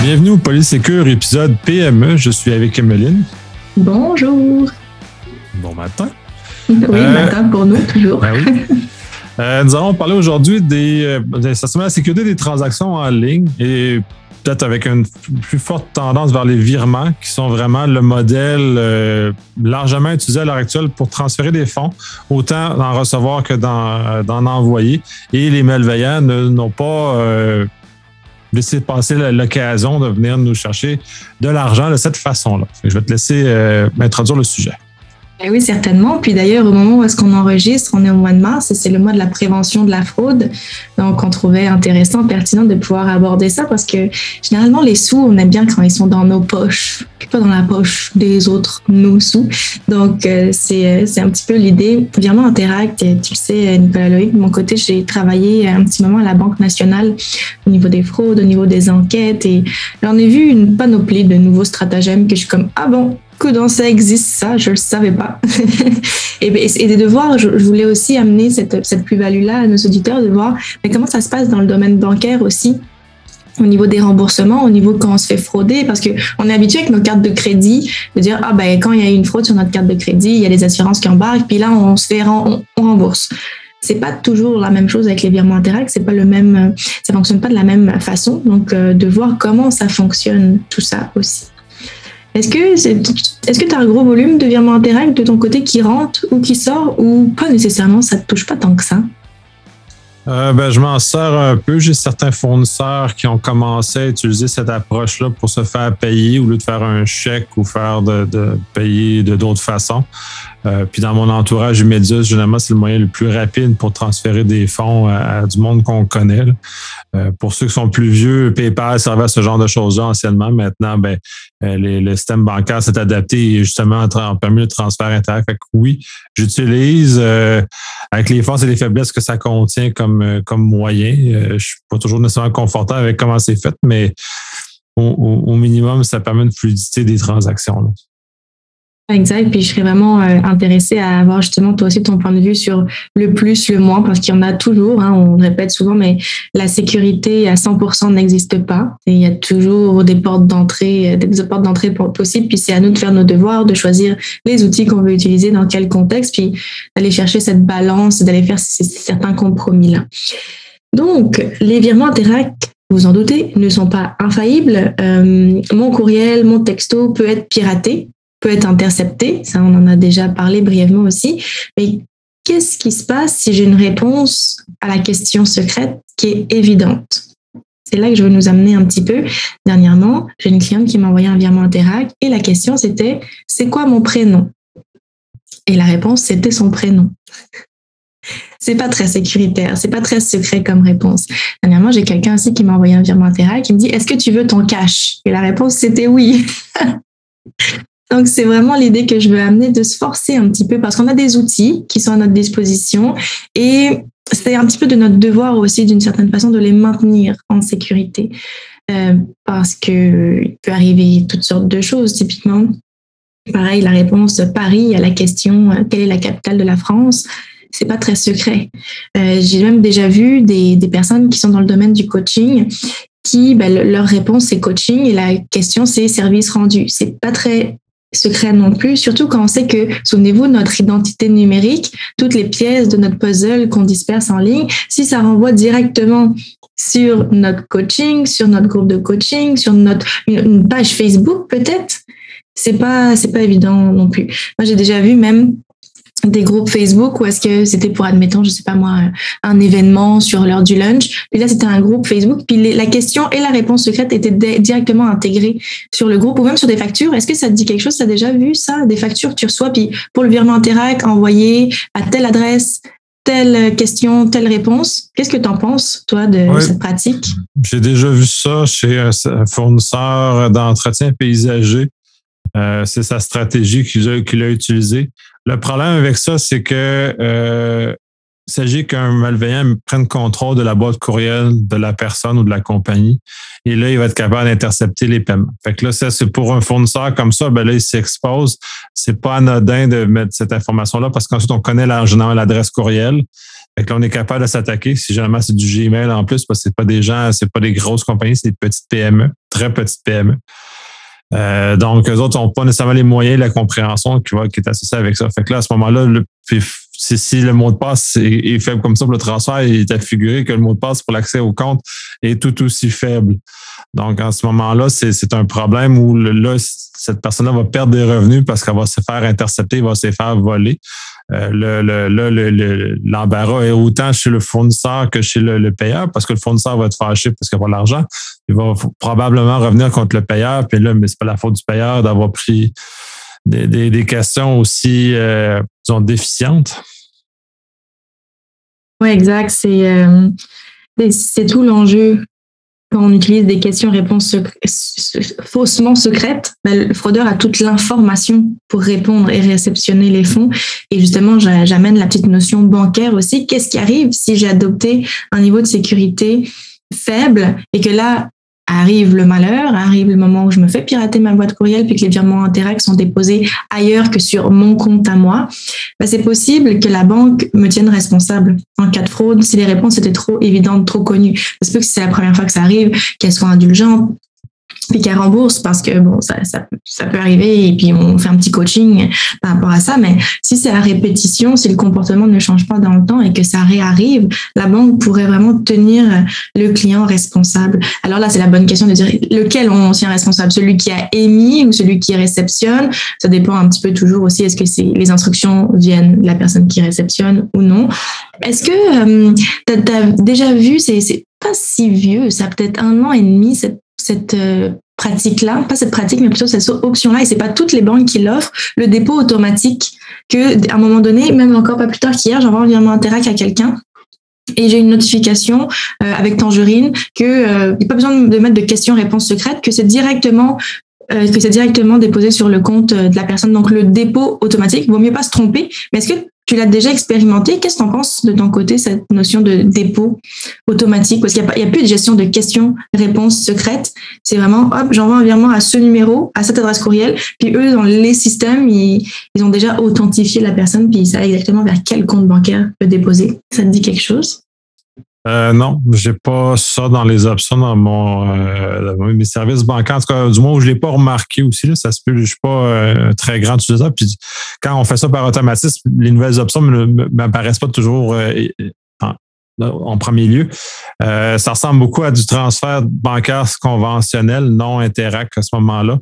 Bienvenue au Polysécure, épisode PME. Je suis avec Emeline. Bonjour. Bon matin. Oui, matin pour nous, toujours. Ben oui. Nous allons parler aujourd'hui de la sécurité des transactions en ligne et peut-être avec une plus forte tendance vers les virements qui sont vraiment le modèle largement utilisé à l'heure actuelle pour transférer des fonds, autant d'en recevoir que d'en envoyer. Et les malveillants n'ont pas laissé passer l'occasion de venir nous chercher de l'argent de cette façon-là. Je vais te laisser introduire le sujet. Oui, certainement. Puis d'ailleurs, au moment où est-ce qu'on enregistre, on est au mois de mars et c'est le mois de la prévention de la fraude. Donc, on trouvait intéressant, pertinent de pouvoir aborder ça parce que généralement, les sous, on aime bien quand ils sont dans nos poches, puis pas dans la poche des autres, nos sous. Donc, c'est un petit peu l'idée. Virement Interact, tu le sais, Nicolas Loïc, de mon côté, j'ai travaillé un petit moment à la Banque nationale au niveau des fraudes, au niveau des enquêtes et j'en ai vu une panoplie de nouveaux stratagèmes que je suis comme, ah bon, dans ça existe ça, je le savais pas. et de voir, je voulais aussi amener cette plus-value-là à nos auditeurs, de voir mais comment ça se passe dans le domaine bancaire aussi, au niveau des remboursements, au niveau quand on se fait frauder, parce que on est habitué avec nos cartes de crédit de dire ah ben quand il y a une fraude sur notre carte de crédit, il y a les assurances qui embarquent, puis là on rembourse. C'est pas toujours la même chose avec les virements Interact, c'est pas le même, ça fonctionne pas de la même façon, donc de voir comment ça fonctionne tout ça aussi. Est-ce que tu as un gros volume de virements Interact de ton côté qui rentre ou qui sort ou pas nécessairement, ça te touche pas tant que ça? Je m'en sers un peu. J'ai certains fournisseurs qui ont commencé à utiliser cette approche-là pour se faire payer au lieu de faire un chèque ou faire de payer de d'autres façons. Puis dans mon entourage immédiat, généralement, c'est le moyen le plus rapide pour transférer des fonds à du monde qu'on connaît. Pour ceux qui sont plus vieux, PayPal servait à ce genre de choses-là anciennement. Maintenant, le système bancaire s'est adapté et justement a permis le transfert Interact. Fait que oui, j'utilise avec les forces et les faiblesses que ça contient comme moyen. Je suis pas toujours nécessairement confortable avec comment c'est fait, mais au minimum, ça permet une fluidité des transactions. Là. Exact, puis je serais vraiment intéressée à avoir justement toi aussi ton point de vue sur le plus, le moins, parce qu'il y en a toujours, hein, on le répète souvent, mais la sécurité à 100% n'existe pas. Et il y a toujours des portes d'entrée possibles, puis c'est à nous de faire nos devoirs, de choisir les outils qu'on veut utiliser, dans quel contexte, puis d'aller chercher cette balance, d'aller faire certains compromis-là. Donc, les virements Interact, vous en doutez, ne sont pas infaillibles. Mon courriel, mon texto peut être piraté, peut être intercepté, ça on en a déjà parlé brièvement aussi, mais qu'est-ce qui se passe si j'ai une réponse à la question secrète qui est évidente? C'est là que je veux nous amener un petit peu. Dernièrement, j'ai une cliente qui m'a envoyé un virement Interact et la question c'était « c'est quoi mon prénom ?» Et la réponse c'était son prénom. C'est pas très sécuritaire, c'est pas très secret comme réponse. Dernièrement, j'ai quelqu'un aussi qui m'a envoyé un virement Interact qui me dit « est-ce que tu veux ton cash ?» Et la réponse c'était « oui ». Donc, c'est vraiment l'idée que je veux amener de se forcer un petit peu parce qu'on a des outils qui sont à notre disposition et c'est un petit peu de notre devoir aussi, d'une certaine façon, de les maintenir en sécurité parce qu'il peut arriver toutes sortes de choses. Typiquement, pareil, la réponse Paris à la question « quelle est la capitale de la France ?» c'est pas très secret. J'ai même déjà vu des personnes qui sont dans le domaine du coaching qui, leur réponse c'est coaching et la question c'est service rendu. C'est pas très secret non plus, surtout quand on sait que, souvenez-vous, notre identité numérique, toutes les pièces de notre puzzle qu'on disperse en ligne, si ça renvoie directement sur notre coaching, sur notre groupe de coaching, sur une page Facebook peut-être, c'est pas évident non plus. Moi, j'ai déjà vu même des groupes Facebook où est-ce que c'était pour, admettons, je sais pas moi, un événement sur l'heure du lunch. Puis là, c'était un groupe Facebook. Puis la question et la réponse secrète étaient directement intégrées sur le groupe ou même sur des factures. Est-ce que ça te dit quelque chose? Tu as déjà vu ça? Des factures que tu reçois, puis pour le virement Interact, envoyé à telle adresse, telle question, telle réponse. Qu'est-ce que tu en penses, toi, de cette pratique? J'ai déjà vu ça chez un fournisseur d'entretien paysager. C'est sa stratégie qu'il a utilisée. Le problème avec ça, c'est que il s'agit qu'un malveillant prenne contrôle de la boîte courriel de la personne ou de la compagnie. Et là, il va être capable d'intercepter les paiements. Fait que là, ça, c'est pour un fournisseur comme ça, ben là, il s'expose. C'est pas anodin de mettre cette information-là parce qu'ensuite, on connaît généralement l'adresse courriel. Fait que là, on est capable de s'attaquer. Si généralement, c'est du Gmail en plus, parce que c'est pas des gens, c'est pas des grosses compagnies, c'est des petites PME, très petites PME. Donc, eux autres n'ont pas nécessairement les moyens de la compréhension qui est associée avec ça. Fait que là, à ce moment-là, si le mot de passe est faible comme ça pour le transfert, il est à figurer que le mot de passe pour l'accès au compte est tout aussi faible. Donc, en ce moment-là, c'est un problème où là, cette personne-là va perdre des revenus parce qu'elle va se faire intercepter, elle va se faire voler. L'embarras est autant chez le fournisseur que chez le payeur parce que le fournisseur va être fâché parce qu'il n'a pas l'argent. Il va probablement revenir contre le payeur. Puis là, mais c'est pas la faute du payeur d'avoir pris des questions aussi, disons, déficientes. Oui, exact. C'est tout l'enjeu. Quand on utilise des questions-réponses faussement secrètes, le fraudeur a toute l'information pour répondre et réceptionner les fonds. Et justement, j'amène la petite notion bancaire aussi. Qu'est-ce qui arrive si j'ai adopté un niveau de sécurité faible et que là, arrive le malheur, arrive le moment où je me fais pirater ma boîte courriel puis que les virements Interac sont déposés ailleurs que sur mon compte à moi, c'est possible que la banque me tienne responsable en cas de fraude si les réponses étaient trop évidentes, trop connues. Ça se peut que si c'est la première fois que ça arrive, qu'elles soient indulgentes puis qu'elle rembourse parce que bon, ça peut arriver et puis on fait un petit coaching par rapport à ça. Mais si c'est à répétition, si le comportement ne change pas dans le temps et que ça réarrive, la banque pourrait vraiment tenir le client responsable. Alors là, c'est la bonne question de dire lequel on tient responsable, celui qui a émis ou celui qui réceptionne. Ça dépend un petit peu toujours aussi, est-ce que les instructions viennent de la personne qui réceptionne ou non. Est-ce que tu as déjà vu, c'est pas si vieux, ça a peut-être 1 an et demi, cette pratique-là, pas cette pratique, mais plutôt cette option-là, et c'est pas toutes les banques qui l'offrent, le dépôt automatique, que à un moment donné, même encore pas plus tard qu'hier, j'envoie un virement Interac à quelqu'un, et j'ai une notification avec Tangerine que il n'y a pas besoin de mettre de questions-réponses secrètes, que c'est directement déposé sur le compte de la personne. Donc le dépôt automatique, vaut mieux pas se tromper, mais est-ce que tu l'as déjà expérimenté? Qu'est-ce que tu en penses de ton côté, cette notion de dépôt automatique? Parce qu'il n'y a plus de gestion de questions-réponses secrètes. C'est vraiment, hop, j'envoie un virement à ce numéro, à cette adresse courriel. Puis eux, dans les systèmes, ils ont déjà authentifié la personne, puis ils savent exactement vers quel compte bancaire le déposer. Ça te dit quelque chose? Non, j'ai pas ça dans les options dans mes services bancaires. En tout cas, du moins où je l'ai pas remarqué aussi, là, ça se peut, je suis pas un très grand utilisateur. Puis quand on fait ça par automatisme, les nouvelles options m'apparaissent pas toujours en premier lieu. Ça ressemble beaucoup à du transfert bancaire conventionnel, non Interac à ce moment-là.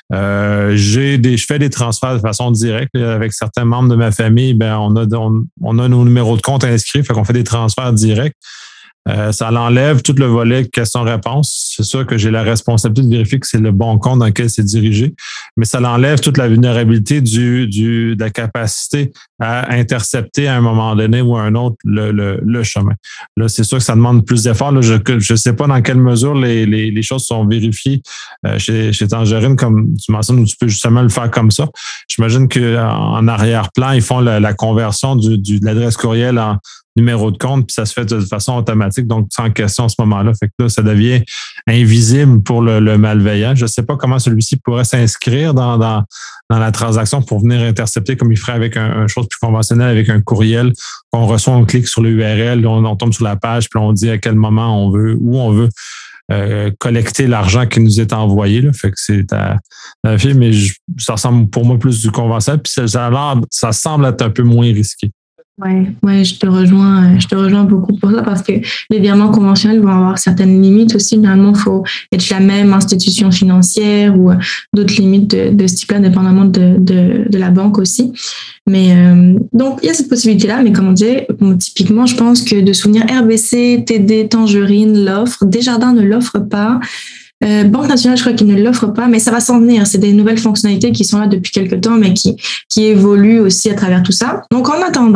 Je fais des transferts de façon directe avec certains membres de ma famille. Ben on a nos numéros de compte inscrits, fait qu'on fait des transferts directs. Ça l'enlève tout le volet question-réponse. C'est sûr que j'ai la responsabilité de vérifier que c'est le bon compte dans lequel c'est dirigé, mais ça l'enlève toute la vulnérabilité de la capacité à intercepter à un moment donné ou à un autre le chemin. Là, c'est sûr que ça demande plus d'efforts. Là, je sais pas dans quelle mesure les choses sont vérifiées chez Tangerine, comme tu mentionnes, où tu peux justement le faire comme ça. J'imagine qu'en arrière-plan, ils font la conversion de l'adresse courriel en numéro de compte, puis ça se fait de façon automatique, donc sans question à ce moment-là. Fait que là, ça devient invisible pour le malveillant. Je ne sais pas comment celui-ci pourrait s'inscrire dans la transaction pour venir intercepter comme il ferait avec un chose plus conventionnelle, avec un courriel qu'on reçoit, on clique sur le URL, on tombe sur la page, puis on dit à quel moment on veut, où on veut collecter l'argent qui nous est envoyé. Là. Fait que c'est à vérifier, mais ça ressemble pour moi plus du conventionnel, puis ça semble être un peu moins risqué. Ouais, je te rejoins beaucoup pour ça parce que les virements conventionnels vont avoir certaines limites aussi. Normalement, il faut être la même institution financière ou d'autres limites de ce type-là, dépendamment de la banque aussi. Mais donc, il y a cette possibilité-là, mais comme on disait, typiquement, je pense que de souvenir RBC, TD, Tangerine l'offre, Desjardins ne l'offre pas. Banque nationale, je crois qu'ils ne l'offrent pas, mais ça va s'en venir. C'est des nouvelles fonctionnalités qui sont là depuis quelques temps, mais qui évoluent aussi à travers tout ça. Donc, en attendant,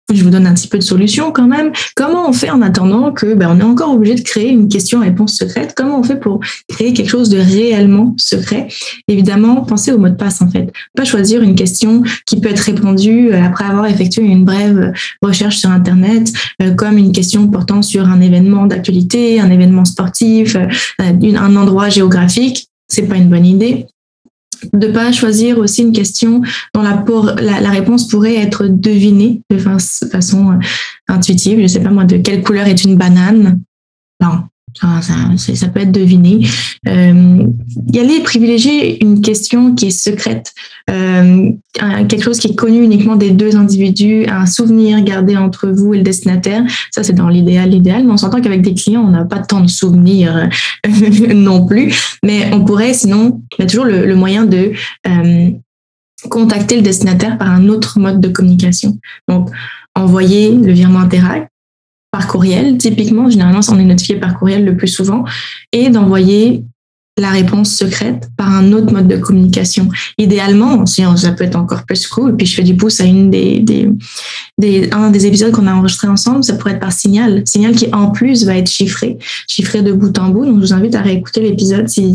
Je vous donne un petit peu de solution quand même. Comment on fait en attendant que on est encore obligé de créer une question-réponse secrète? Comment on fait pour créer quelque chose de réellement secret? Évidemment, pensez au mot de passe en fait. Pas choisir une question qui peut être répondue après avoir effectué une brève recherche sur Internet, comme une question portant sur un événement d'actualité, un événement sportif, un endroit géographique. C'est pas une bonne idée. De pas choisir aussi une question dont la réponse pourrait être devinée de façon intuitive. Je sais pas moi, de quelle couleur est une banane? Non, ça peut être deviné. Y aller privilégier une question qui est secrète, quelque chose qui est connu uniquement des deux individus, un souvenir gardé entre vous et le destinataire. Ça, c'est dans l'idéal, mais on s'entend qu'avec des clients, on n'a pas tant de souvenirs non plus, mais on pourrait sinon, il y a toujours le moyen de contacter le destinataire par un autre mode de communication. Donc, envoyer le virement Interact par courriel, typiquement, généralement, on est notifié par courriel le plus souvent, et d'envoyer la réponse secrète par un autre mode de communication. Idéalement, ça peut être encore plus cool, puis je fais du pouce à un des épisodes qu'on a enregistré ensemble, ça pourrait être par signal qui en plus va être chiffré de bout en bout. Donc, je vous invite à réécouter l'épisode si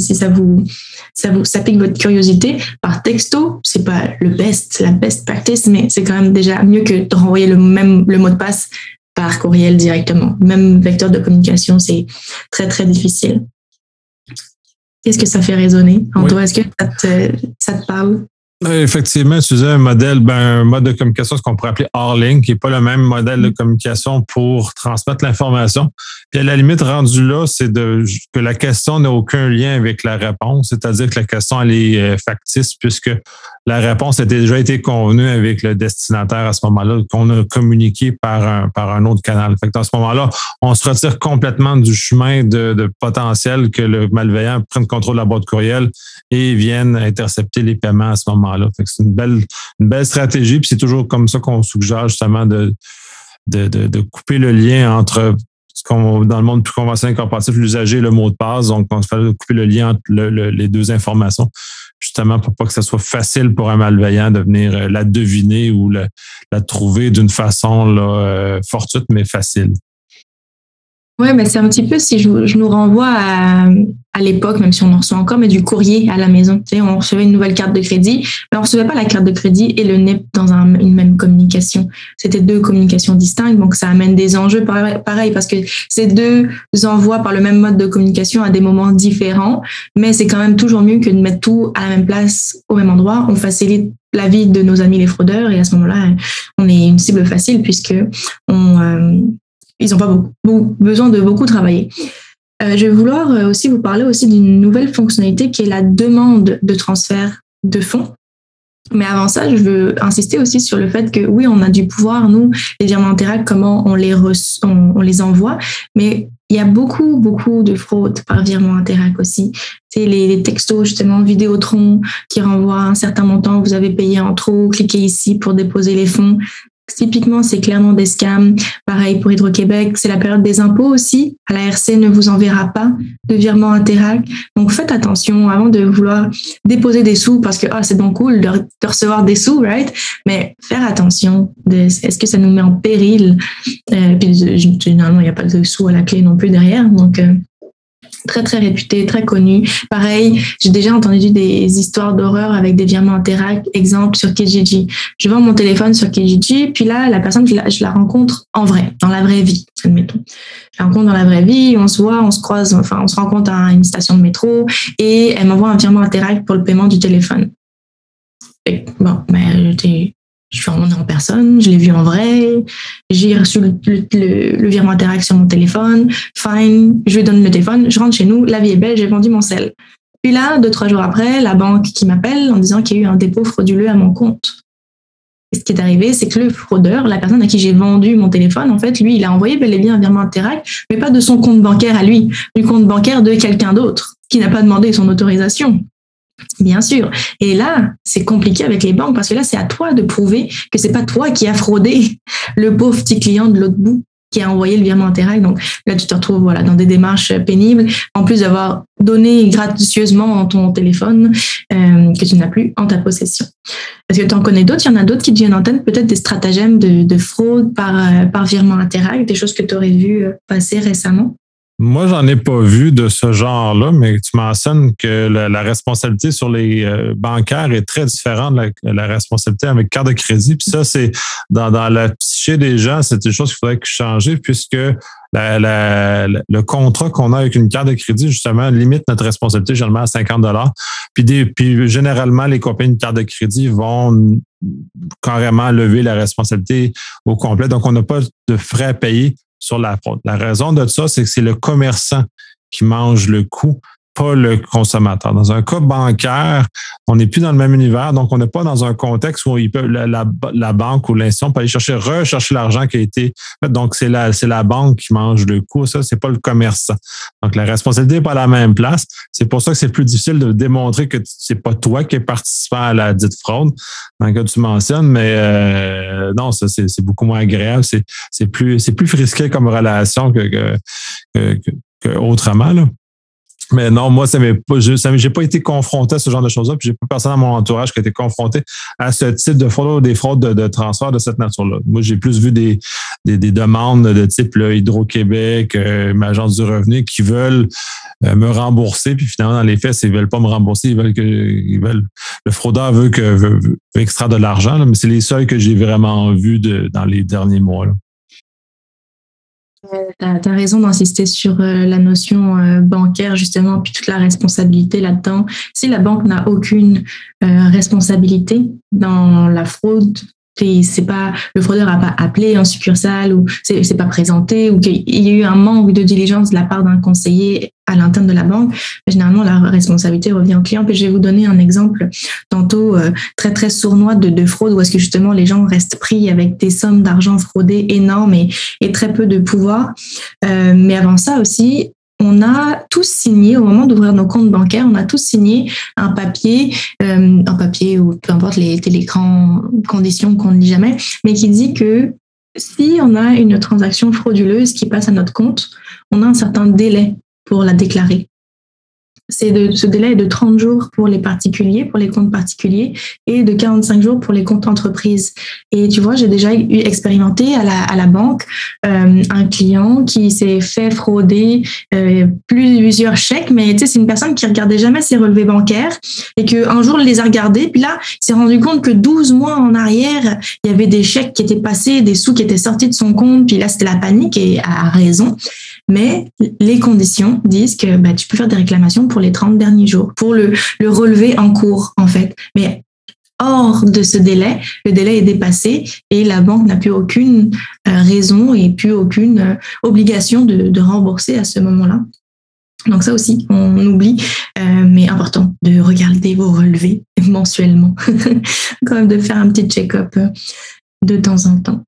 ça pique votre curiosité. Par texto, c'est pas la best practice, mais c'est quand même déjà mieux que de renvoyer le mot de passe par courriel directement. Même vecteur de communication, c'est très, très difficile. Qu'est-ce que ça fait résonner en toi? Est-ce que ça te parle? Effectivement, utiliser un mode de communication, ce qu'on pourrait appeler hors ligne, qui n'est pas le même modèle de communication pour transmettre l'information. Puis à la limite, rendu là, c'est que la question n'a aucun lien avec la réponse, c'est-à-dire que la question, elle est factice puisque la réponse a déjà été convenue avec le destinataire à ce moment-là, qu'on a communiqué par un autre canal. Fait que dans ce moment-là, on se retire complètement du chemin de potentiel que le malveillant prenne contrôle de la boîte courriel et vienne intercepter les paiements à ce moment-là. Fait que c'est une belle stratégie, puis c'est toujours comme ça qu'on suggère justement de couper le lien entre dans le monde plus conventionnel corporatif, l'usager et le mot de passe. Donc, on se fait couper le lien entre les deux informations, justement pour pas que ce soit facile pour un malveillant de venir la deviner ou la trouver d'une façon fortuite, mais facile. Oui, mais c'est un petit peu, si je nous renvoie à l'époque, même si on en reçoit encore, mais du courrier à la maison. Tu sais, on recevait une nouvelle carte de crédit, mais on recevait pas la carte de crédit et le NIP dans une même communication. C'était deux communications distinctes, donc ça amène des enjeux pareil parce que ces deux envois par le même mode de communication à des moments différents, mais c'est quand même toujours mieux que de mettre tout à la même place, au même endroit. On facilite la vie de nos amis les fraudeurs et à ce moment-là, on est une cible facile puisque ils n'ont pas besoin de beaucoup travailler. Je vais vouloir aussi vous parler aussi d'une nouvelle fonctionnalité qui est la demande de transfert de fonds. Mais avant ça, je veux insister aussi sur le fait que oui, on a du pouvoir, nous, les virements Interact, comment on les envoie, mais il y a beaucoup de fraudes par virement Interact aussi. C'est les textos, justement, Vidéotron, qui renvoient un certain montant, vous avez payé en trop, cliquez ici pour déposer les fonds. Typiquement, c'est clairement des scams. Pareil pour Hydro-Québec, c'est la période des impôts aussi. À la RC ne vous enverra pas de virement Interact. Donc, faites attention avant de vouloir déposer des sous parce que c'est donc cool de recevoir des sous, right? Mais faire attention. Est-ce que ça nous met en péril? Puis, généralement, il n'y a pas de sous à la clé non plus derrière. Donc, très, très réputé, très connu. Pareil, j'ai déjà entendu des histoires d'horreur avec des virements Interact, exemple sur Kijiji. Je vends mon téléphone sur Kijiji, puis là, la personne, je la rencontre en vrai, dans la vraie vie, admettons. Je la rencontre dans la vraie vie, on se voit, on se croise, on se rencontre à une station de métro et elle m'envoie un virement Interact pour le paiement du téléphone. Et, je suis en personne, je l'ai vu en vrai, j'ai reçu le virement Interact sur mon téléphone, fine, je lui donne le téléphone, je rentre chez nous, la vie est belle, j'ai vendu mon sel. Puis là, 2-3 jours après, la banque qui m'appelle en disant qu'il y a eu un dépôt frauduleux à mon compte. Et ce qui est arrivé, c'est que le fraudeur, la personne à qui j'ai vendu mon téléphone, en fait, lui, il a envoyé bel et bien un virement Interact, mais pas de son compte bancaire à lui, du compte bancaire de quelqu'un d'autre, qui n'a pas demandé son autorisation. Bien sûr. Et là, c'est compliqué avec les banques parce que là, c'est à toi de prouver que c'est pas toi qui as fraudé le pauvre petit client de l'autre bout. qui a envoyé le virement Interact. Donc là, tu te retrouves voilà, dans des démarches pénibles, en plus d'avoir donné gracieusement ton téléphone que tu n'as plus en ta possession. Est-ce que tu en connais d'autres? Il y en a d'autres qui te viennent en tête, peut-être des stratagèmes de fraude par virement Interact, des choses que tu aurais vues passer récemment? Moi, j'en ai pas vu de ce genre-là, mais tu mentionnes que la responsabilité sur les bancaires est très différente de la responsabilité avec carte de crédit. Puis ça, c'est dans la psyché des gens, c'est une chose qu'il faudrait changer puisque le contrat qu'on a avec une carte de crédit, justement, limite notre responsabilité généralement à 50 $. Puis généralement, les compagnies de carte de crédit vont carrément lever la responsabilité au complet. Donc, on n'a pas de frais à payer sur la fraude. La raison de ça, c'est que c'est le commerçant qui mange le coup, pas le consommateur. Dans un cas bancaire, on n'est plus dans le même univers, donc on n'est pas dans un contexte où la banque ou l'institution peut aller rechercher l'argent qui a été fait. Donc, c'est la banque qui mange le coup. Ça, c'est pas le commerçant. Donc, la responsabilité n'est pas à la même place. C'est pour ça que c'est plus difficile de démontrer que c'est pas toi qui es participant à la dite fraude, dans le cas que tu mentionnes, mais non, ça, c'est beaucoup moins agréable. C'est plus frisqué comme relation que autrement, là. Mais non, moi, j'ai pas été confronté à ce genre de choses-là, puis j'ai pas personne dans mon entourage qui a été confronté à ce type de fraude ou des fraudes de transfert de cette nature-là. Moi, j'ai plus vu des demandes de type là, Hydro-Québec, Agence du revenu qui veulent me rembourser, puis finalement, dans les faits, ils veulent pas me rembourser, le fraudeur veut extraire de l'argent, là, mais c'est les seuls que j'ai vraiment vus dans les derniers mois, là. Tu as raison d'insister sur la notion bancaire, justement, puis toute la responsabilité là-dedans. Si la banque n'a aucune responsabilité dans la fraude, c'est pas, le fraudeur n'a pas appelé en succursale ou c'est pas présenté ou qu'il y a eu un manque de diligence de la part d'un conseiller à l'interne de la banque, généralement la responsabilité revient au client. Puis je vais vous donner un exemple tantôt très très sournois de fraude où est-ce que justement les gens restent pris avec des sommes d'argent fraudées énormes et très peu de pouvoir. Mais avant ça aussi, on a tous signé, au moment d'ouvrir nos comptes bancaires, on a tous signé un papier ou peu importe les grandes conditions qu'on ne lit jamais, mais qui dit que si on a une transaction frauduleuse qui passe à notre compte, on a un certain délai pour la déclarer. Ce délai est de 30 jours pour les particuliers, pour les comptes particuliers, et de 45 jours pour les comptes entreprises. Et tu vois, j'ai déjà expérimenté à la banque un client qui s'est fait frauder plusieurs chèques, mais tu sais, c'est une personne qui regardait jamais ses relevés bancaires et qu'un jour, il les a regardés, puis là, il s'est rendu compte que 12 mois en arrière, il y avait des chèques qui étaient passés, des sous qui étaient sortis de son compte, puis là, c'était la panique et à raison. Mais les conditions disent que tu peux faire des réclamations pour les 30 derniers jours, pour le relever en cours, en fait. Mais hors de ce délai, le délai est dépassé et la banque n'a plus aucune raison et plus aucune obligation de rembourser à ce moment-là. Donc ça aussi, on oublie, mais important de regarder vos relevés mensuellement, quand même de faire un petit check-up de temps en temps.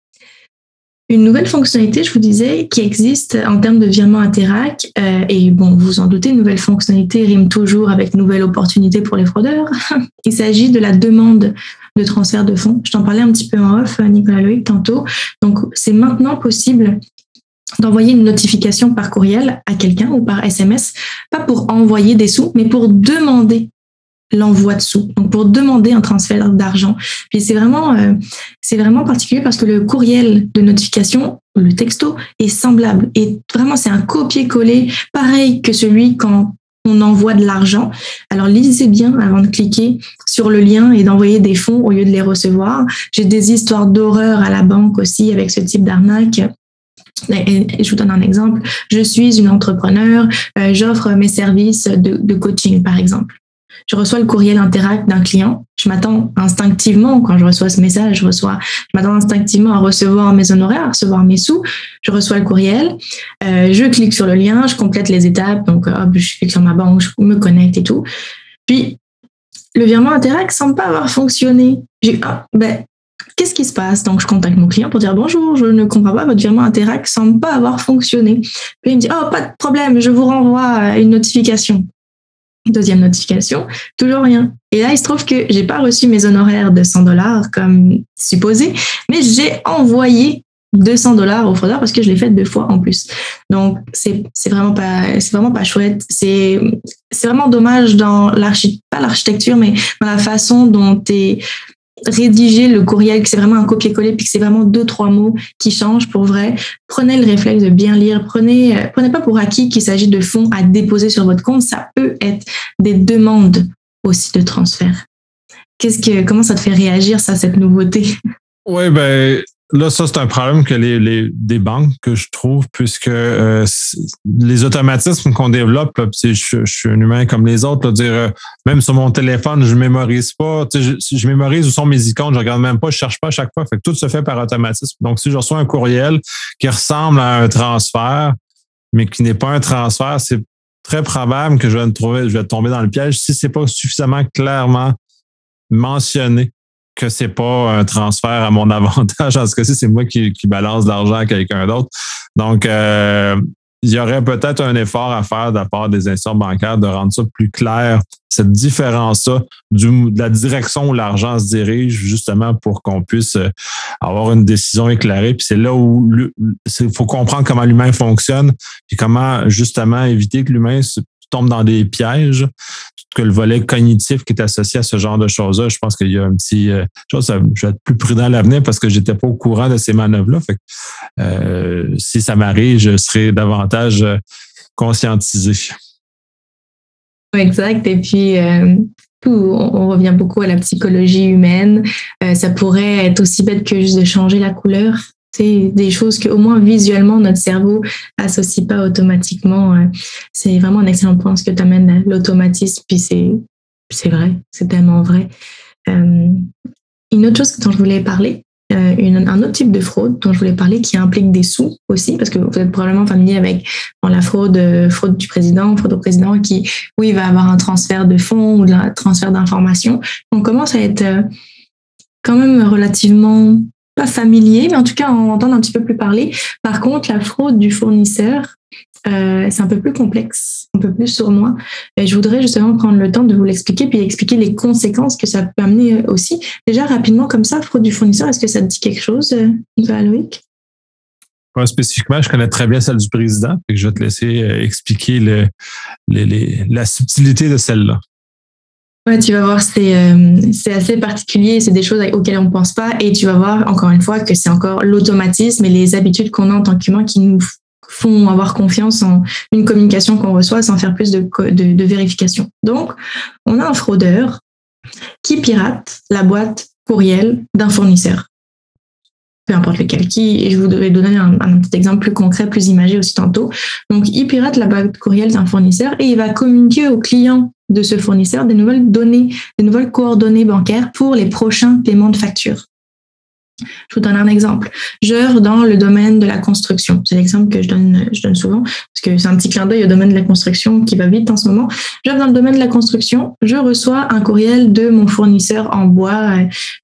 Une nouvelle fonctionnalité, je vous disais, qui existe en termes de virement Interact, et bon, vous en doutez, nouvelle fonctionnalité rime toujours avec nouvelle opportunité pour les fraudeurs. Il s'agit de la demande de transfert de fonds. Je t'en parlais un petit peu en off, Nicolas Loïc, tantôt. Donc, c'est maintenant possible d'envoyer une notification par courriel à quelqu'un ou par SMS, pas pour envoyer des sous, mais pour demander l'envoi de sous, donc pour demander un transfert d'argent. Puis c'est vraiment particulier parce que le courriel de notification, le texto, est semblable. Et vraiment, c'est un copier-coller, pareil que celui quand on envoie de l'argent. Alors lisez bien avant de cliquer sur le lien et d'envoyer des fonds au lieu de les recevoir. J'ai des histoires d'horreur à la banque aussi avec ce type d'arnaque. Et je vous donne un exemple. Je suis une entrepreneur, j'offre mes services de coaching, par exemple. Je reçois le courriel Interact d'un client. Je m'attends instinctivement, quand je reçois ce message, je m'attends instinctivement à recevoir mes honoraires, à recevoir mes sous. Je reçois le courriel, je clique sur le lien, je complète les étapes. Donc, je clique sur ma banque, je me connecte et tout. Puis, le virement Interact semble pas avoir fonctionné. Qu'est-ce qui se passe? Donc, je contacte mon client pour dire bonjour, je ne comprends pas, votre virement Interact semble pas avoir fonctionné. Puis, il me dit, pas de problème, je vous renvoie une notification. Deuxième notification, toujours rien. Et là, il se trouve que j'ai pas reçu mes honoraires de $100 comme supposé, mais j'ai envoyé $200 au fraudeur parce que je l'ai fait 2 fois en plus. Donc, c'est vraiment pas chouette. C'est vraiment dommage dans pas l'architecture, mais dans la façon dont est rédigé le courriel, que c'est vraiment un copier-coller, puis que c'est vraiment 2-3 mots qui changent pour vrai. Prenez le réflexe de bien lire. Prenez pas pour acquis qu'il s'agit de fonds à déposer sur votre compte. Ça peut être des demandes aussi de transfert. Comment ça te fait réagir, ça, cette nouveauté? Oui, ben là, ça, c'est un problème que des banques, que je trouve, puisque les automatismes qu'on développe, là, je suis un humain comme les autres, là, dire même sur mon téléphone, je mémorise pas. Je mémorise où sont mes icônes, je regarde même pas, je cherche pas à chaque fois. Fait que tout se fait par automatisme. Donc, si je reçois un courriel qui ressemble à un transfert, mais qui n'est pas un transfert, c'est très probable que je vais tomber dans le piège si c'est pas suffisamment clairement mentionné que c'est pas un transfert à mon avantage. En ce cas-ci, c'est moi qui balance de l'argent à quelqu'un d'autre. Donc, il y aurait peut-être un effort à faire de la part des institutions bancaires de rendre ça plus clair, cette différence-là de la direction où l'argent se dirige, justement pour qu'on puisse avoir une décision éclairée. Puis c'est là où il faut comprendre comment l'humain fonctionne, puis comment justement éviter que l'humain tombe dans des pièges, que le volet cognitif qui est associé à ce genre de choses-là. Je pense qu'il y a un petit chose, je vais être plus prudent à l'avenir parce que j'étais pas au courant de ces manœuvres-là. Fait que, si ça m'arrive, je serai davantage conscientisé. Exact. Et puis, on revient beaucoup à la psychologie humaine. Ça pourrait être aussi bête que juste de changer la couleur. C'est des choses que, au moins visuellement, notre cerveau associe pas automatiquement. C'est vraiment un excellent point ce que tu amènes, l'automatisme. Puis c'est vrai, c'est tellement vrai. Une autre chose dont je voulais parler, un autre type de fraude dont je voulais parler qui implique des sous aussi, parce que vous êtes probablement familier avec la fraude du président, fraude au président qui, oui, va avoir un transfert de fonds ou un transfert d'informations. On commence à être quand même relativement pas familier, mais en tout cas, on entend un petit peu plus parler. Par contre, la fraude du fournisseur, c'est un peu plus complexe, un peu plus sournois. Et je voudrais justement prendre le temps de vous l'expliquer, puis expliquer les conséquences que ça peut amener aussi. Déjà, rapidement, comme ça, fraude du fournisseur, est-ce que ça te dit quelque chose, Loïc? Pas spécifiquement, je connais très bien celle du président, et je vais te laisser expliquer la subtilité de celle-là. Ouais, tu vas voir, c'est assez particulier, c'est des choses auxquelles on ne pense pas, et tu vas voir encore une fois que c'est encore l'automatisme et les habitudes qu'on a en tant qu'humain qui nous font avoir confiance en une communication qu'on reçoit sans faire plus de vérification. Donc, on a un fraudeur qui pirate la boîte courriel d'un fournisseur, peu importe lequel. Et je vous devais donner un petit exemple plus concret, plus imagé aussi tantôt. Donc, il pirate la boîte courriel d'un fournisseur et il va communiquer aux clients de ce fournisseur des nouvelles données, des nouvelles coordonnées bancaires pour les prochains paiements de factures. Je vous donne un exemple. J'œuvre dans le domaine de la construction. C'est l'exemple que je donne souvent, parce que c'est un petit clin d'œil au domaine de la construction qui va vite en ce moment. J'œuvre dans le domaine de la construction. Je reçois un courriel de mon fournisseur en bois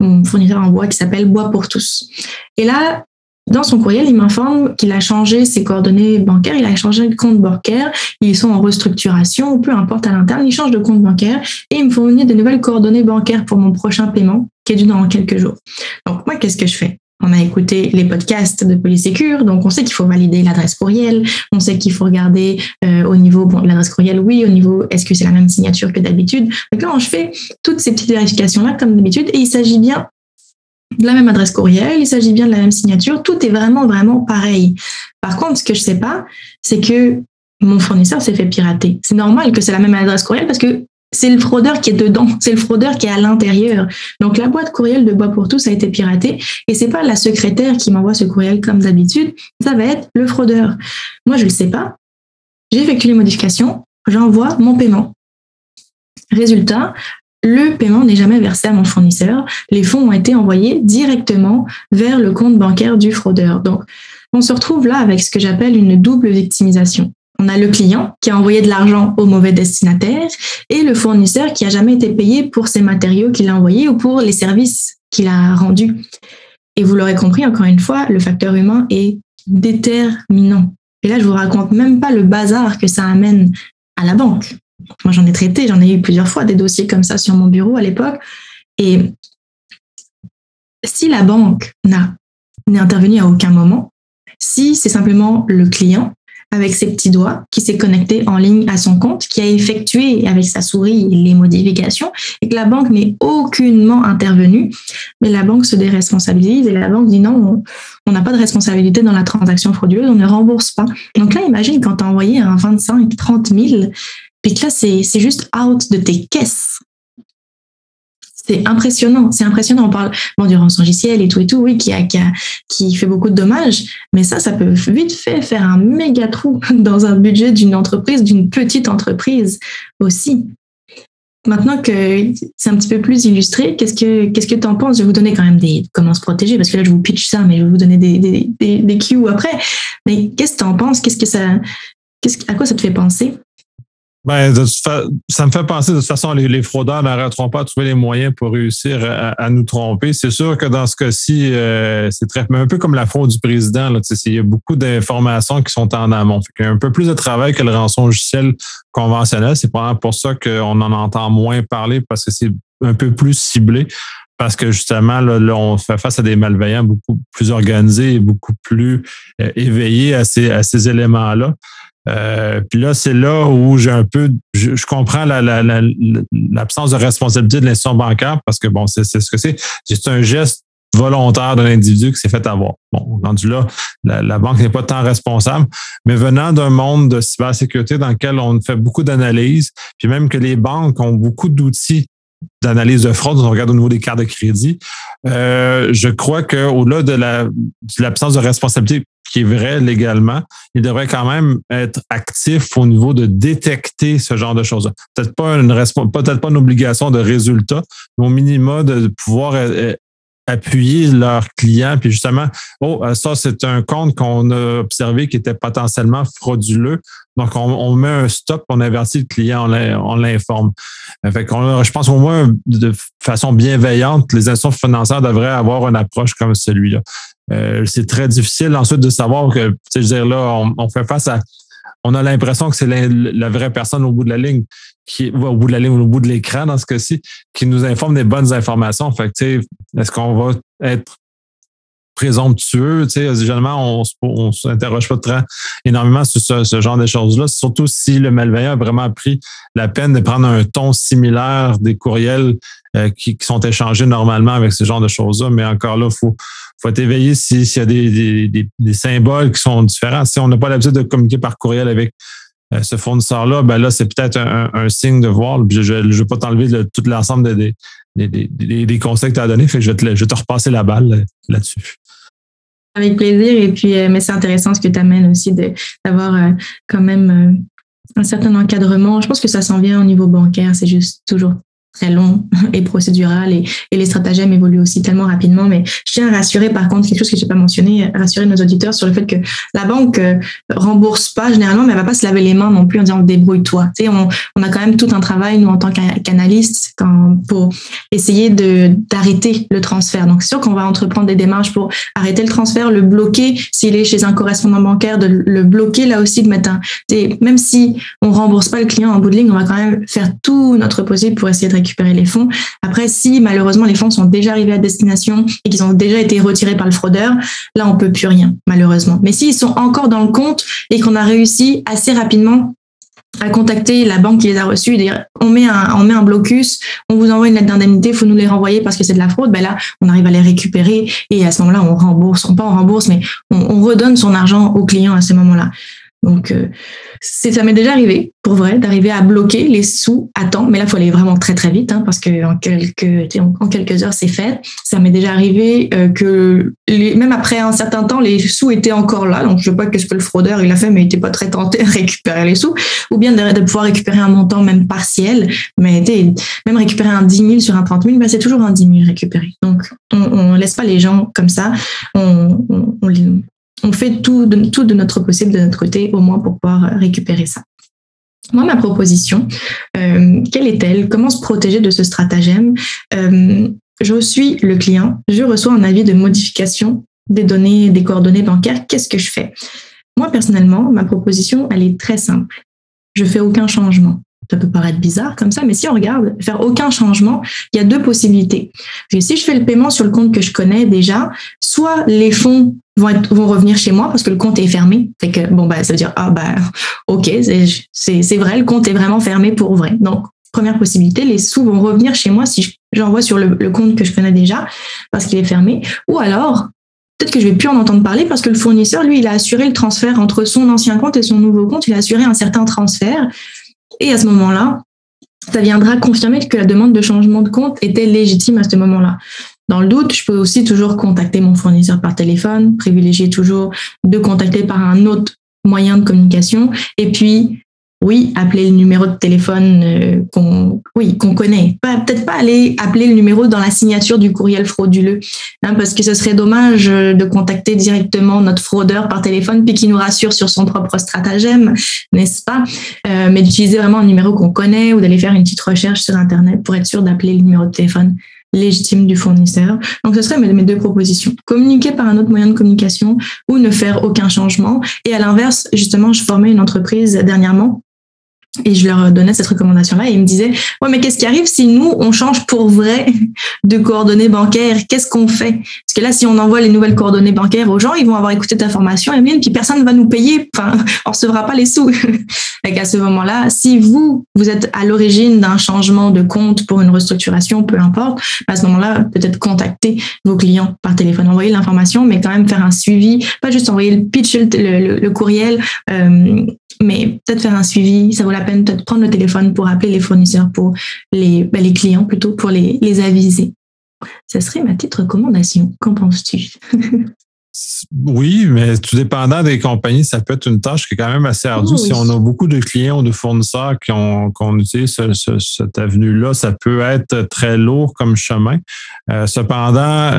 qui s'appelle Bois pour tous. Et là, dans son courriel, il m'informe qu'il a changé ses coordonnées bancaires, il a changé de compte bancaire, ils sont en restructuration, ou peu importe à l'interne, il change de compte bancaire et il me fournit de nouvelles coordonnées bancaires pour mon prochain paiement, qui est dû dans quelques jours. Donc moi, qu'est-ce que je fais? On a écouté les podcasts de Polysécure, donc on sait qu'il faut valider l'adresse courriel, on sait qu'il faut regarder au niveau de l'adresse courriel, oui, au niveau est-ce que c'est la même signature que d'habitude. Donc là, je fais toutes ces petites vérifications-là comme d'habitude et il s'agit bien de la même adresse courriel, il s'agit bien de la même signature, tout est vraiment, vraiment pareil. Par contre, ce que je sais pas, c'est que mon fournisseur s'est fait pirater. C'est normal que c'est la même adresse courriel parce que c'est le fraudeur qui est dedans, c'est le fraudeur qui est à l'intérieur. Donc, la boîte courriel de Bois pour tous a été piratée et c'est pas la secrétaire qui m'envoie ce courriel comme d'habitude, ça va être le fraudeur. Moi, je le sais pas. J'ai effectué les modifications, j'envoie mon paiement. Résultat, le paiement n'est jamais versé à mon fournisseur. Les fonds ont été envoyés directement vers le compte bancaire du fraudeur. Donc, on se retrouve là avec ce que j'appelle une double victimisation. On a le client qui a envoyé de l'argent au mauvais destinataire et le fournisseur qui n'a jamais été payé pour ses matériaux qu'il a envoyés ou pour les services qu'il a rendus. Et vous l'aurez compris, encore une fois, le facteur humain est déterminant. Et là, je vous raconte même pas le bazar que ça amène à la banque. Moi, j'en ai eu plusieurs fois des dossiers comme ça sur mon bureau à l'époque. Et si la banque n'a n'est intervenu à aucun moment. Si c'est simplement le client avec ses petits doigts qui s'est connecté en ligne à son compte, qui a effectué avec sa souris les modifications et que la banque n'est aucunement intervenue, mais la banque se déresponsabilise et la banque dit non, on n'a pas de responsabilité dans la transaction frauduleuse, on ne rembourse pas. Donc là, imagine quand tu as envoyé un 25, 30 000, puis que là, c'est juste out de tes caisses. C'est impressionnant. On parle du rançongiciel et tout, oui, qui fait beaucoup de dommages. Mais ça peut vite fait faire un méga trou dans un budget d'une entreprise, d'une petite entreprise aussi. Maintenant que c'est un petit peu plus illustré, qu'est-ce que tu en penses? Je vais vous donner quand même comment se protéger, parce que là, je vous pitch ça, mais je vais vous donner des cues après. Mais qu'est-ce que tu en penses? À quoi ça te fait penser? Ben, ça me fait penser, de toute façon, les fraudeurs n'arrêteront pas de trouver les moyens pour réussir à nous tromper. C'est sûr que dans ce cas-ci, c'est un peu comme la fraude du président. Là, il y a beaucoup d'informations qui sont en amont. Il y a un peu plus de travail que le rançongiciel conventionnel. C'est probablement pour ça qu'on en entend moins parler, parce que c'est un peu plus ciblé. Parce que justement, là, on fait face à des malveillants beaucoup plus organisés et beaucoup plus éveillés à ces éléments-là. Puis là, c'est là où je comprends l'absence de responsabilité de l'institution bancaire, parce que bon, c'est ce que c'est. C'est un geste volontaire de l'individu qui s'est fait avoir. Bon, rendu là, la banque n'est pas tant responsable, mais venant d'un monde de cybersécurité dans lequel on fait beaucoup d'analyses, puis même que les banques ont beaucoup d'outils d'analyse de fraude, on regarde au niveau des cartes de crédit, je crois qu'au-delà de l'absence de responsabilité qui est vrai légalement, il devrait quand même être actif au niveau de détecter ce genre de choses-là. Peut-être pas une obligation de résultat, mais au minimum de pouvoir appuyer leurs clients, puis justement, ça, c'est un compte qu'on a observé qui était potentiellement frauduleux. Donc, on met un stop, on avertit le client, on l'informe. Fait je pense au moins, de façon bienveillante, les institutions financières devraient avoir une approche comme celui-là. C'est très difficile ensuite de savoir que, je veux dire, là, on fait face à... On a l'impression que c'est la vraie personne au bout de la ligne, au bout de l'écran dans ce cas-ci, qui nous informe des bonnes informations. Fait que, est-ce qu'on va être présomptueux? Généralement, on ne s'interroge pas énormément sur ce genre de choses-là, surtout si le malveillant a vraiment pris la peine de prendre un ton similaire des courriels qui sont échangés normalement avec ce genre de choses-là. Mais encore là, faut être éveillé s'il y a des symboles qui sont différents. Si on n'a pas l'habitude de communiquer par courriel avec ce fournisseur-là, ben là, c'est peut-être un signe de voir. Je ne vais pas t'enlever tout l'ensemble des conseils que tu as donnés, fait que je vais te repasser la balle là-dessus. Avec plaisir. Et puis, mais c'est intéressant ce que tu amènes aussi d'avoir quand même un certain encadrement. Je pense que ça s'en vient au niveau bancaire. C'est juste toujours très long et procédural et les stratagèmes évoluent aussi tellement rapidement. Mais je tiens à rassurer, par contre, quelque chose que je n'ai pas mentionné, rassurer nos auditeurs sur le fait que la banque rembourse pas généralement, mais elle va pas se laver les mains non plus en disant débrouille-toi. Tu sais, on a quand même tout un travail, nous, en tant qu'analystes, pour essayer d'arrêter le transfert. Donc, c'est sûr qu'on va entreprendre des démarches pour arrêter le transfert, le bloquer s'il est chez un correspondant bancaire, de le bloquer là aussi, de mettre même si on rembourse pas le client en bout de ligne, on va quand même faire tout notre possible pour essayer de récupérer les fonds. Après, si malheureusement les fonds sont déjà arrivés à destination et qu'ils ont déjà été retirés par le fraudeur, là on peut plus rien, malheureusement. Mais s'ils sont encore dans le compte et qu'on a réussi assez rapidement à contacter la banque qui les a reçus, dire on met un blocus, on vous envoie une lettre d'indemnité, il faut nous les renvoyer parce que c'est de la fraude, ben là on arrive à les récupérer et à ce moment-là on rembourse, mais on redonne son argent au client à ce moment-là. Donc, ça m'est déjà arrivé, pour vrai, d'arriver à bloquer les sous à temps. Mais là, il faut aller vraiment très, très vite, parce que en quelques heures, c'est fait. Ça m'est déjà arrivé que même après un certain temps, les sous étaient encore là. Donc, je ne sais pas qu'est-ce que le fraudeur il a fait, mais il n'était pas très tenté de récupérer les sous. Ou bien de pouvoir récupérer un montant même partiel. Mais même récupérer un 10 000 sur un 30 000, c'est toujours un 10 000 récupéré. Donc, on ne laisse pas les gens comme ça. On fait tout de notre possible, de notre côté, au moins pour pouvoir récupérer ça. Moi, ma proposition, quelle est-elle? Comment se protéger de ce stratagème? Je suis le client, je reçois un avis de modification des données, des coordonnées bancaires. Qu'est-ce que je fais? Moi, personnellement, ma proposition, elle est très simple. Je fais aucun changement. Ça peut paraître bizarre comme ça, mais si on regarde, faire aucun changement, il y a deux possibilités. Et si je fais le paiement sur le compte que je connais déjà, soit les fonds vont revenir chez moi parce que le compte est fermé. Fait que, ça veut dire, ok, c'est vrai, le compte est vraiment fermé pour vrai. Donc, première possibilité, les sous vont revenir chez moi si j'envoie sur le compte que je connais déjà parce qu'il est fermé. Ou alors, peut-être que je vais plus en entendre parler parce que le fournisseur, lui, il a assuré le transfert entre son ancien compte et son nouveau compte. Il a assuré un certain transfert. Et à ce moment-là, ça viendra confirmer que la demande de changement de compte était légitime à ce moment-là. Dans le doute, je peux aussi toujours contacter mon fournisseur par téléphone, privilégier toujours de contacter par un autre moyen de communication. Et puis, oui, appeler le numéro de téléphone qu'on connaît. Peut-être pas aller appeler le numéro dans la signature du courriel frauduleux, parce que ce serait dommage de contacter directement notre fraudeur par téléphone puis qu'il nous rassure sur son propre stratagème, n'est-ce pas? Mais d'utiliser vraiment un numéro qu'on connaît ou d'aller faire une petite recherche sur Internet pour être sûr d'appeler le numéro de téléphone légitime du fournisseur. Donc, ce seraient mes deux propositions. Communiquer par un autre moyen de communication ou ne faire aucun changement. Et à l'inverse, justement, je formais une entreprise dernièrement et je leur donnais cette recommandation-là et ils me disaient « Ouais, mais qu'est-ce qui arrive si nous, on change pour vrai de coordonnées bancaires? Qu'est-ce qu'on fait? » Parce que là, si on envoie les nouvelles coordonnées bancaires aux gens, ils vont avoir écouté ta formation, Emeline, puis personne ne va nous payer. Enfin, on recevra pas les sous. Et à ce moment-là, si vous êtes à l'origine d'un changement de compte pour une restructuration, peu importe, à ce moment-là, peut-être contacter vos clients par téléphone, envoyer l'information, mais quand même faire un suivi, pas juste envoyer le pitch, le courriel, mais peut-être faire un suivi. Ça vaut la peine peut-être prendre le téléphone pour appeler les fournisseurs, pour les clients plutôt, pour les aviser. Ça serait ma petite recommandation. Qu'en penses-tu? Oui, mais tout dépendant des compagnies, ça peut être une tâche qui est quand même assez ardue. Oui. Si on a beaucoup de clients ou de fournisseurs qu'on utilise cette avenue-là, ça peut être très lourd comme chemin. Cependant,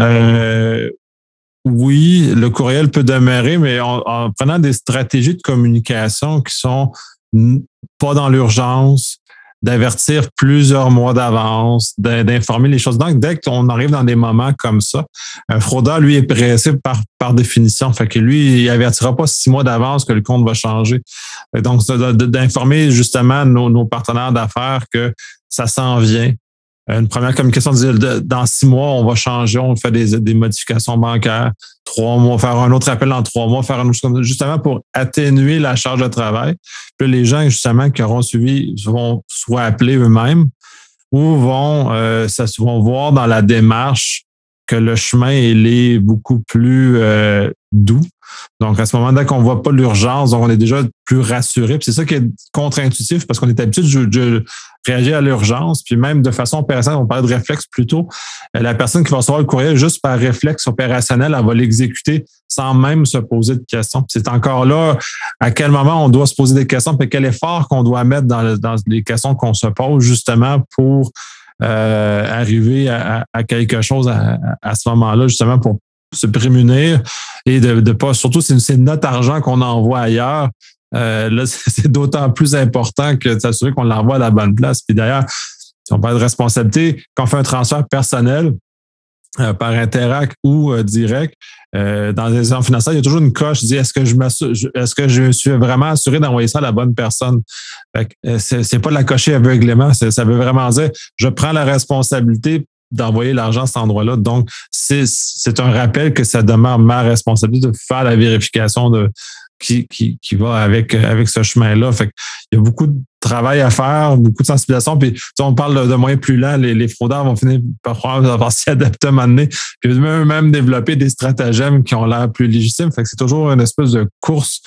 oui, le courriel peut demeurer, mais en prenant des stratégies de communication qui sont pas dans l'urgence, d'avertir plusieurs mois d'avance, d'informer les choses. Donc, dès qu'on arrive dans des moments comme ça, un fraudeur, lui, est pressé par définition. Fait que lui, il avertira pas 6 mois d'avance que le compte va changer. Donc, d'informer justement nos partenaires d'affaires que ça s'en vient. Une première communication disait dans 6 mois, on va changer, on fait des modifications bancaires. 3 mois, faire un autre appel dans 3 mois, faire un autre, justement pour atténuer la charge de travail. Puis les gens, justement, qui auront suivi vont soit appeler eux-mêmes ou vont voir dans la démarche que le chemin il est beaucoup plus doux. Donc, à ce moment-là, qu'on ne voit pas l'urgence, donc on est déjà plus rassuré. Puis c'est ça qui est contre-intuitif parce qu'on est habitué de réagir à l'urgence. Puis même de façon opérationnelle, on parlait de réflexe plutôt. La personne qui va recevoir le courriel, juste par réflexe opérationnel, elle va l'exécuter sans même se poser de questions. Puis c'est encore là à quel moment on doit se poser des questions, puis quel effort qu'on doit mettre dans les questions qu'on se pose justement pour arriver à quelque chose à ce moment-là, justement pour se prémunir et de pas, surtout c'est notre argent qu'on envoie ailleurs. Là, c'est d'autant plus important que de s'assurer qu'on l'envoie à la bonne place. Puis d'ailleurs, si on parle de responsabilité, quand on fait un transfert personnel par Interac ou direct, dans les institutions financières, il y a toujours une coche qui dit est-ce que je me suis vraiment assuré d'envoyer ça à la bonne personne? Fait que, c'est pas de la cocher aveuglément, ça veut vraiment dire je prends la responsabilité d'envoyer l'argent à cet endroit-là. Donc, c'est un rappel que ça demeure ma responsabilité de faire la vérification qui va avec ce chemin-là. Fait qu'il y a beaucoup de travail à faire, beaucoup de sensibilisation. Puis, si on parle de moyens plus lents, les fraudeurs vont finir par s'y adapter à un moment donné, puis eux-mêmes développer des stratagèmes qui ont l'air plus légitimes. Fait que c'est toujours une espèce de course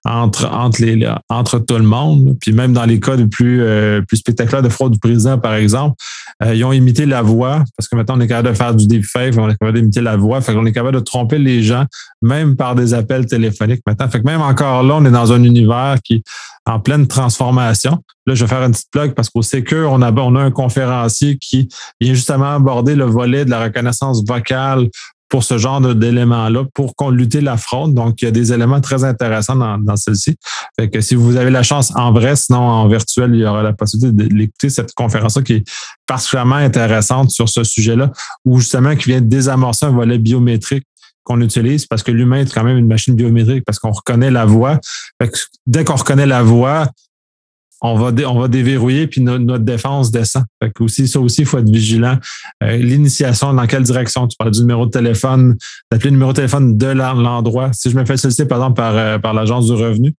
entre tout le monde. Puis même dans les cas les plus spectaculaires de fraude du président, par exemple, ils ont imité la voix, parce que maintenant on est capable de faire du deepfake, on est capable d'imiter la voix, fait qu'on est capable de tromper les gens, même par des appels téléphoniques maintenant. Fait que même encore là, on est dans un univers qui est en pleine transformation. Là, je vais faire une petite plug parce qu'au Sécure, on a un conférencier qui vient justement aborder le volet de la reconnaissance vocale pour ce genre d'éléments-là, pour lutter la fraude. Donc, il y a des éléments très intéressants dans celle-ci. Fait que si vous avez la chance en vrai, sinon en virtuel, il y aura la possibilité de l'écouter, cette conférence-là qui est particulièrement intéressante sur ce sujet-là, où justement, qui vient désamorcer un volet biométrique qu'on utilise parce que l'humain est quand même une machine biométrique parce qu'on reconnaît la voix. Fait que dès qu'on reconnaît la voix, on va déverrouiller, puis notre défense descend. Fait que aussi, ça aussi, il faut être vigilant. L'initiation, dans quelle direction? Tu parles du numéro de téléphone, d'appeler le numéro de téléphone de l'endroit. Si je me fais solliciter, par exemple, par l'Agence du revenu,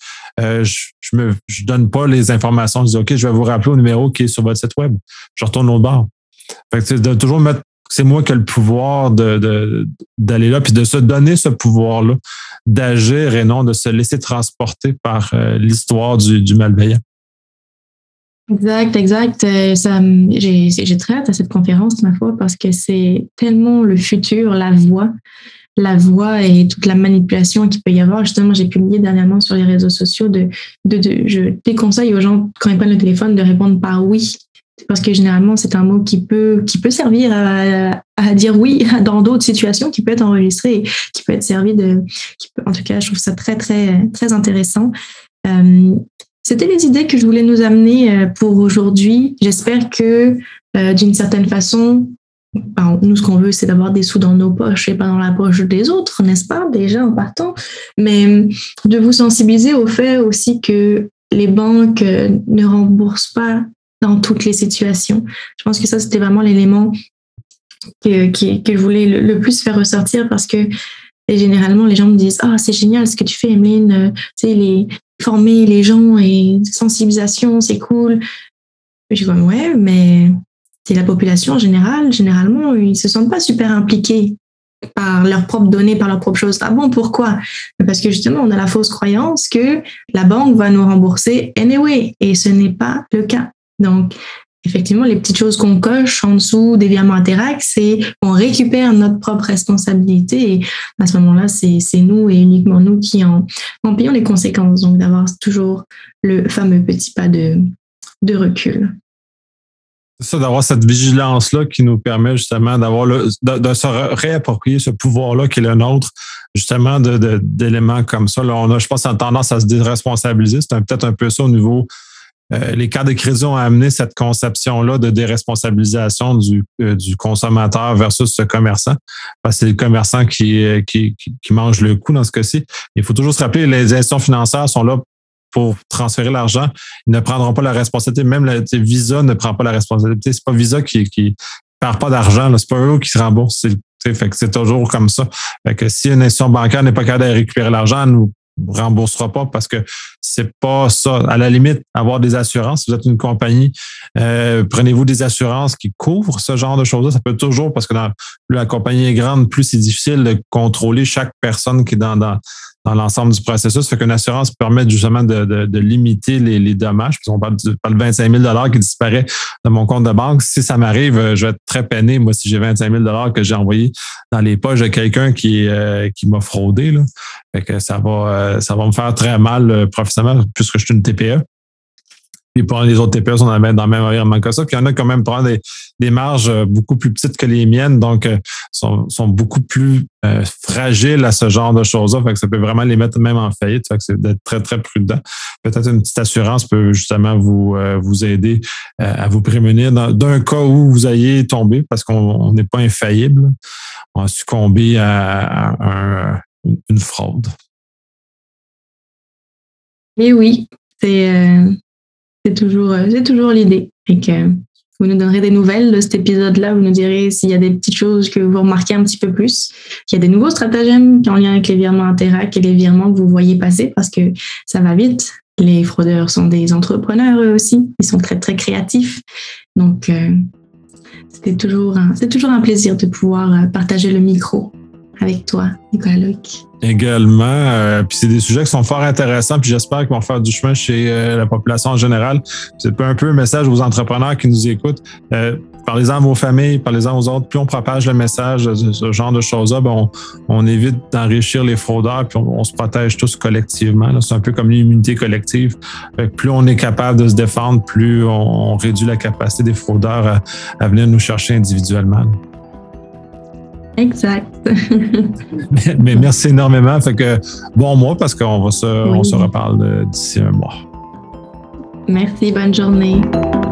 je donne pas les informations. Je dis, OK, je vais vous rappeler au numéro qui est sur votre site web. Je retourne au bord. Fait que de toujours mettre, c'est moi qui ai le pouvoir d'aller là, puis de se donner ce pouvoir-là, d'agir et non de se laisser transporter par l'histoire du malveillant. Exact. J'ai très hâte à cette conférence, ma foi, parce que c'est tellement le futur, la voix et toute la manipulation qu'il peut y avoir. Justement, j'ai publié dernièrement sur les réseaux sociaux je déconseille aux gens, quand ils prennent le téléphone, de répondre par oui. Parce que généralement, c'est un mot qui peut servir à dire oui dans d'autres situations, qui peut être enregistré, et qui peut être servi en tout cas, je trouve ça très, très, très intéressant. C'était les idées que je voulais nous amener pour aujourd'hui. J'espère que, d'une certaine façon, nous, ce qu'on veut, c'est d'avoir des sous dans nos poches et pas dans la poche des autres, n'est-ce pas, déjà en partant. Mais de vous sensibiliser au fait aussi que les banques ne remboursent pas dans toutes les situations. Je pense que ça, c'était vraiment l'élément que je voulais le plus faire ressortir, parce que généralement, les gens me disent « Ah, c'est génial ce que tu fais, Emeline, former les gens et sensibilisation, c'est cool. » Je dis « Ouais, mais c'est la population en général. Généralement, ils ne se sentent pas super impliqués par leurs propres données, par leurs propres choses. Ah bon, pourquoi? Parce que justement, on a la fausse croyance que la banque va nous rembourser anyway, et ce n'est pas le cas. Donc, effectivement, les petites choses qu'on coche en dessous des virements Interac, c'est qu'on récupère notre propre responsabilité, et à ce moment-là, c'est nous et uniquement nous qui en payons les conséquences. Donc, d'avoir toujours le fameux petit pas de recul. C'est ça, d'avoir cette vigilance-là qui nous permet justement de se réapproprier ce pouvoir-là qui est le nôtre, justement d'éléments comme ça. Là, je pense qu'on a tendance à se déresponsabiliser. C'est peut-être un peu ça au niveau... les cartes de crédit ont amené cette conception-là de déresponsabilisation du consommateur versus ce commerçant. Parce que c'est le commerçant qui mange le coup dans ce cas-ci. Il faut toujours se rappeler, les institutions financières sont là pour transférer l'argent. Ils ne prendront pas la responsabilité. Même Visa ne prend pas la responsabilité. C'est pas Visa qui perd pas d'argent. Là. C'est pas eux qui se remboursent. Fait que c'est toujours comme ça. Fait que si une institution bancaire n'est pas capable de récupérer l'argent, nous remboursera pas, parce que c'est pas ça. À la limite, avoir des assurances. Si vous êtes une compagnie, prenez-vous des assurances qui couvrent ce genre de choses-là. Ça peut toujours, parce que plus la compagnie est grande, plus c'est difficile de contrôler chaque personne qui est dans l'ensemble du processus. Fait qu'une assurance permet justement de limiter les dommages. Puis on parle de 25 000 qui disparaît de mon compte de banque. Si ça m'arrive, je vais être très peiné, moi, si j'ai 25 000 que j'ai envoyé dans les poches de quelqu'un qui m'a fraudé, là. Fait que ça va me faire très mal professionnellement, puisque je suis une TPE. Puis pour les autres TPE, on en met dans le même environnement que ça. Puis il y en a quand même des marges beaucoup plus petites que les miennes, donc sont beaucoup plus fragiles à ce genre de choses-là. Fait que ça peut vraiment les mettre même en faillite. Fait que c'est d'être très, très prudent. Peut-être une petite assurance peut justement vous aider à vous prémunir d'un cas où vous ayez tombé, parce qu'on n'est pas infaillible. On a succombé à une fraude. Et oui, c'est toujours l'idée. Et que vous nous donnerez des nouvelles de cet épisode-là. Vous nous direz s'il y a des petites choses que vous remarquez un petit peu plus. Il y a des nouveaux stratagèmes en lien avec les virements Interac et les virements que vous voyez passer, parce que ça va vite. Les fraudeurs sont des entrepreneurs eux aussi. Ils sont très, très créatifs. Donc, c'est toujours un plaisir de pouvoir partager le micro avec toi, Nicolas Loïc. Également. Puis c'est des sujets qui sont fort intéressants, puis j'espère qu'ils vont faire du chemin chez la population en général. C'est un peu un message aux entrepreneurs qui nous écoutent. Parlez-en à vos familles, parlez-en aux autres. Plus on propage le message de ce genre de choses-là, on évite d'enrichir les fraudeurs, puis on se protège tous collectivement. Là. C'est un peu comme l'immunité collective. Plus on est capable de se défendre, plus on réduit la capacité des fraudeurs à venir nous chercher individuellement. Exact. Mais merci énormément. Fait que bon mois, parce qu'on on se reparle d'ici un mois. Merci, bonne journée.